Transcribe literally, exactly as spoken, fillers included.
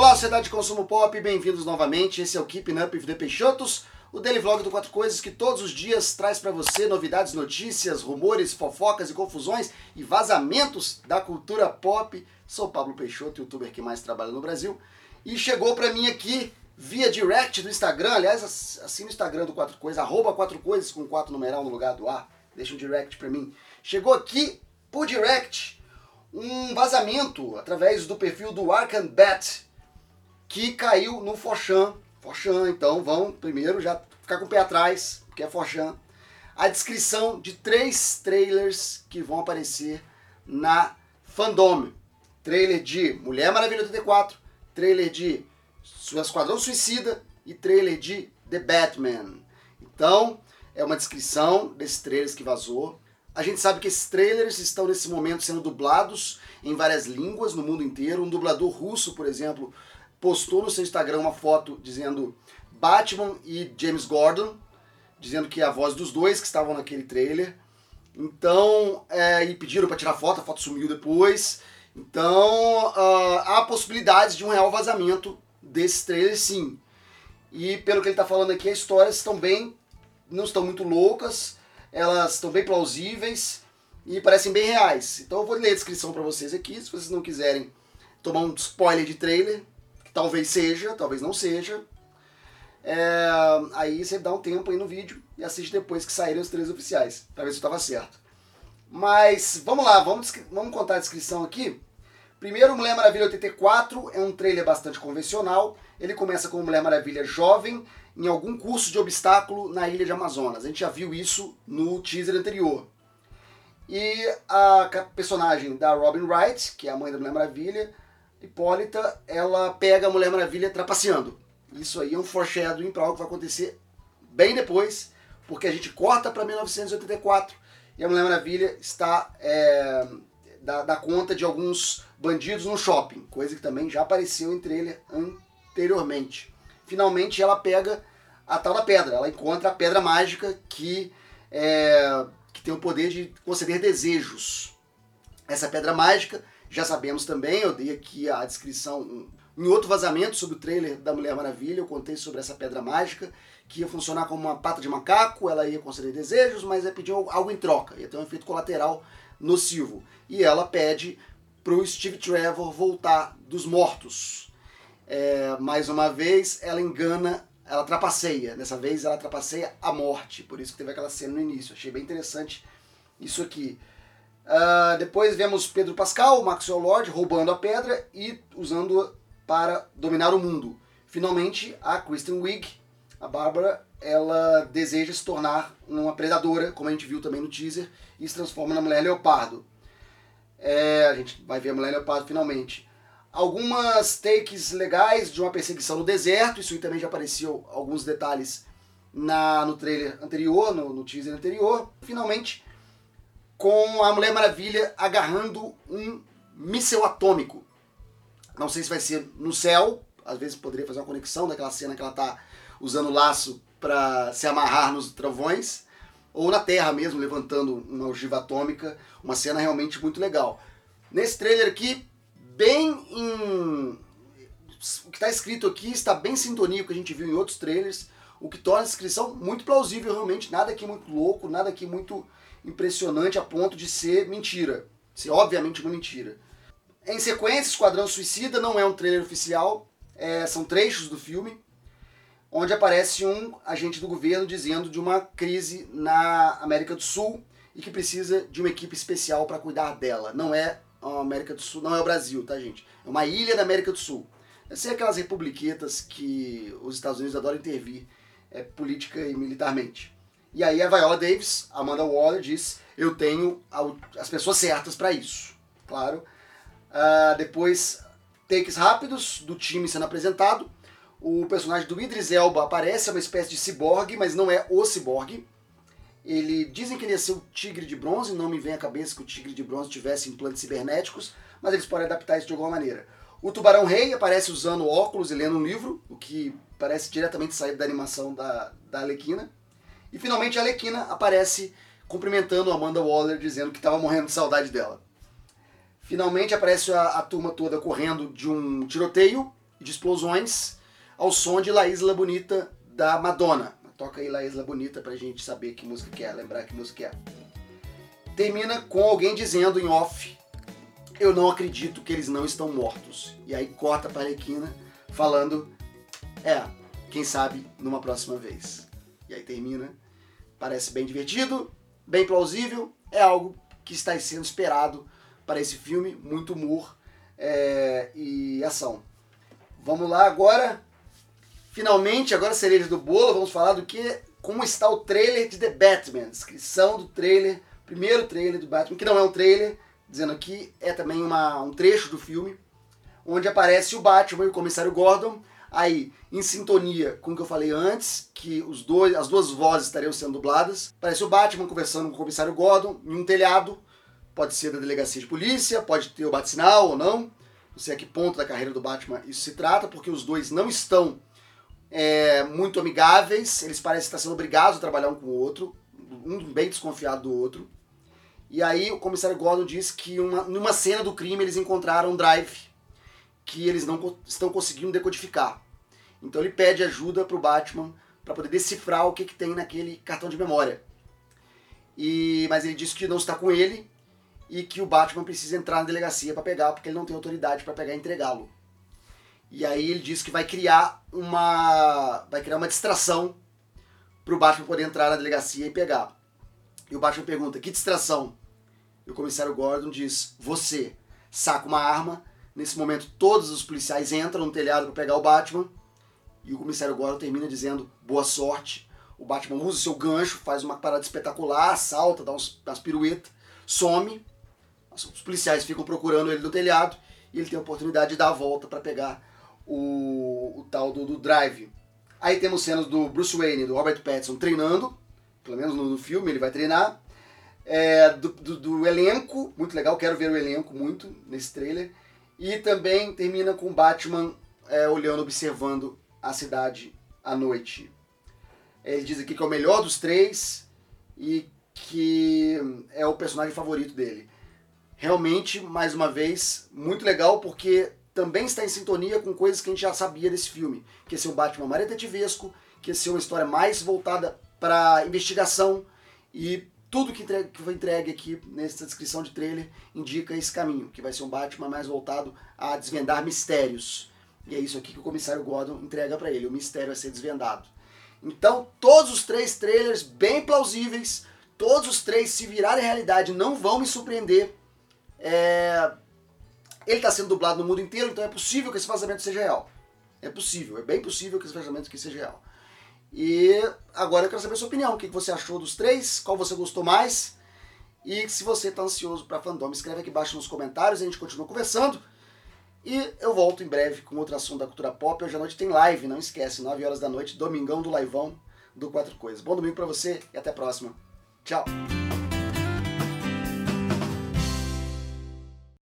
Olá, sociedade de consumo pop, bem-vindos novamente. Esse é o Keeping Up with the Peixotos, o daily vlog do Quatro Coisas que todos os dias traz pra você novidades, notícias, rumores, fofocas e confusões e vazamentos da cultura pop. Sou o Pablo Peixoto, youtuber que mais trabalha no Brasil, e chegou pra mim aqui via direct do Instagram, aliás, assim no Instagram do Quatro Coisas, arroba Quatro Coisas com quatro numeral no lugar do A, deixa um direct pra mim. Chegou aqui por direct um vazamento através do perfil do Arkham Bat, que caiu no quatro chan. quatro chan, então vão primeiro já ficar com o pé atrás, porque é quatro chan. A descrição de três trailers que vão aparecer na Fandom. Trailer de Mulher Maravilha oitenta e quatro, trailer de Esquadrão Suicida e trailer de The Batman. Então, é uma descrição desses trailers que vazou. A gente sabe que esses trailers estão nesse momento sendo dublados em várias línguas no mundo inteiro. Um dublador russo, por exemplo, postou no seu Instagram uma foto dizendo Batman e James Gordon, dizendo que é a voz dos dois que estavam naquele trailer. Então, é, e pediram para tirar foto, a foto sumiu depois. Então, uh, há possibilidades de um real vazamento desses trailers, sim. E pelo que ele está falando aqui, as histórias estão bem, não estão muito loucas, elas estão bem plausíveis e parecem bem reais. Então eu vou ler a descrição para vocês aqui, se vocês não quiserem tomar um spoiler de trailer, que talvez seja, talvez não seja, é, aí você dá um tempo aí no vídeo e assiste depois que saírem os trailers oficiais, para ver se eu estava certo. Mas vamos lá, vamos, vamos contar a descrição aqui. Primeiro, Mulher Maravilha oitenta e quatro é um trailer bastante convencional. Ele começa com Mulher Maravilha jovem em algum curso de obstáculo na ilha de Amazonas. A gente já viu isso no teaser anterior. E a personagem da Robin Wright, que é a mãe da Mulher Maravilha, Hipólita, ela pega a Mulher Maravilha trapaceando. Isso aí é um foreshadowing para algo que vai acontecer bem depois, porque a gente corta para mil novecentos e oitenta e quatro e a Mulher Maravilha está é, dá, dá conta de alguns bandidos no shopping, coisa que também já apareceu em trailer anteriormente. Finalmente ela pega a tal da pedra, ela encontra a pedra mágica que, é, que tem o poder de conceder desejos. Essa pedra mágica, já sabemos também, eu dei aqui a descrição em outro vazamento sobre o trailer da Mulher Maravilha, eu contei sobre essa pedra mágica, que ia funcionar como uma pata de macaco, ela ia conceder desejos, mas ia pedir algo em troca, ia ter um efeito colateral nocivo. E ela pede para o Steve Trevor voltar dos mortos. É, mais uma vez, ela engana, ela trapaceia. Dessa vez, ela trapaceia a morte. Por isso que teve aquela cena no início. Achei bem interessante isso aqui. Uh, depois vemos Pedro Pascal, o Maxwell Lord, roubando a pedra e usando-a para dominar o mundo. Finalmente, a Kristen Wiig, a Bárbara, ela deseja se tornar uma predadora, como a gente viu também no teaser, e se transforma na Mulher Leopardo. É, a gente vai ver a Mulher Leopardo finalmente. Algumas takes legais de uma perseguição no deserto, isso aí também já apareceu alguns detalhes na, no trailer anterior, no, no teaser anterior. Finalmente, com a Mulher Maravilha agarrando um míssil atômico. Não sei se vai ser no céu, às vezes poderia fazer uma conexão daquela cena que ela está usando o laço para se amarrar nos travões, ou na Terra mesmo, levantando uma ogiva atômica, uma cena realmente muito legal. Nesse trailer aqui, bem em... o que está escrito aqui está bem em sintonia com o que a gente viu em outros trailers, o que torna a descrição muito plausível realmente, nada aqui muito louco, nada aqui muito impressionante a ponto de ser mentira, ser obviamente uma mentira. Em sequência, Esquadrão Suicida não é um trailer oficial, é, são trechos do filme, onde aparece um agente do governo dizendo de uma crise na América do Sul e que precisa de uma equipe especial para cuidar dela. Não é a América do Sul, não é o Brasil, tá, gente? É uma ilha da América do Sul. Deve ser aquelas republiquetas que os Estados Unidos adoram intervir é, política e militarmente. E aí a Viola Davis, Amanda Waller, diz: eu tenho as pessoas certas para isso. Claro. Uh, depois, takes rápidos do time sendo apresentado. O personagem do Idris Elba aparece, é uma espécie de ciborgue, mas não é o ciborgue. Ele, dizem que ele ia ser o Tigre de Bronze, não me vem à cabeça que o Tigre de Bronze tivesse implantes cibernéticos, mas eles podem adaptar isso de alguma maneira. O Tubarão Rei aparece usando óculos e lendo um livro, o que parece diretamente saído da animação da, da Arlequina. E finalmente a Arlequina aparece cumprimentando a Amanda Waller, dizendo que estava morrendo de saudade dela. Finalmente aparece a, a turma toda correndo de um tiroteio, e de explosões ao som de La Isla Bonita da Madonna. Toca aí La Isla Bonita pra gente saber que música que é, lembrar que música é. Termina com alguém dizendo em off: eu não acredito que eles não estão mortos. E aí corta pra Arlequina falando: é, quem sabe numa próxima vez. E aí termina. Parece bem divertido, bem plausível, é algo que está sendo esperado para esse filme, muito humor é, e ação. Vamos lá agora, finalmente, agora cereja do bolo, vamos falar do que, como está o trailer de The Batman, descrição do trailer, primeiro trailer do Batman, que não é um trailer, dizendo aqui, é também uma, um trecho do filme, onde aparece o Batman e o Comissário Gordon, aí em sintonia com o que eu falei antes, que os dois, as duas vozes estariam sendo dubladas. Aparece o Batman conversando com o Comissário Gordon em um telhado, pode ser da delegacia de polícia, pode ter o bate-sinal ou não, não sei a que ponto da carreira do Batman isso se trata, porque os dois não estão é, muito amigáveis, eles parecem estar sendo obrigados a trabalhar um com o outro, um bem desconfiado do outro. E aí o Comissário Gordon diz que uma, numa cena do crime eles encontraram um drive que eles não estão conseguindo decodificar. Então ele pede ajuda para o Batman para poder decifrar o que, que tem naquele cartão de memória. E, mas ele diz que não está com ele e que o Batman precisa entrar na delegacia para pegar, porque ele não tem autoridade para pegar e entregá-lo. E aí ele diz que vai criar uma, vai criar uma distração para o Batman poder entrar na delegacia e pegar. E o Batman pergunta: que distração? E o Comissário Gordon diz: você. Saca uma arma. Nesse momento todos os policiais entram no telhado para pegar o Batman. E o Comissário Gordon termina dizendo: boa sorte. O Batman usa o seu gancho, faz uma parada espetacular, salta, dá uns, umas piruetas, some. Os policiais ficam procurando ele no telhado e ele tem a oportunidade de dar a volta para pegar o, o tal do, do drive. Aí temos cenas do Bruce Wayne e do Robert Pattinson treinando, pelo menos no, no filme ele vai treinar. É, do, do, do elenco, muito legal, quero ver o elenco muito nesse trailer. E também termina com o Batman é, olhando, observando a cidade à noite. Ele diz aqui que é o melhor dos três e que é o personagem favorito dele. Realmente, mais uma vez, muito legal, porque também está em sintonia com coisas que a gente já sabia desse filme. Que ia ser um Batman mais detetivesco, que ia ser uma história mais voltada para investigação, e tudo que, entregue, que foi entregue aqui nessa descrição de trailer indica esse caminho, que vai ser um Batman mais voltado a desvendar mistérios. E é isso aqui que o Comissário Gordon entrega para ele, o mistério a ser desvendado. Então, todos os três trailers bem plausíveis, todos os três, se virarem realidade, não vão me surpreender. É... Ele está sendo dublado no mundo inteiro, então é possível que esse vazamento seja real. É possível, é bem possível que esse vazamento aqui seja real. E agora eu quero saber a sua opinião. O que você achou dos três? Qual você gostou mais? E se você está ansioso para fandom, escreve aqui embaixo nos comentários, a gente continua conversando. E eu volto em breve com outro assunto da cultura pop. Hoje à noite tem live, não esquece, nove horas da noite, domingão do Laivão do Quatro Coisas. Bom domingo para você e até a próxima. Tchau!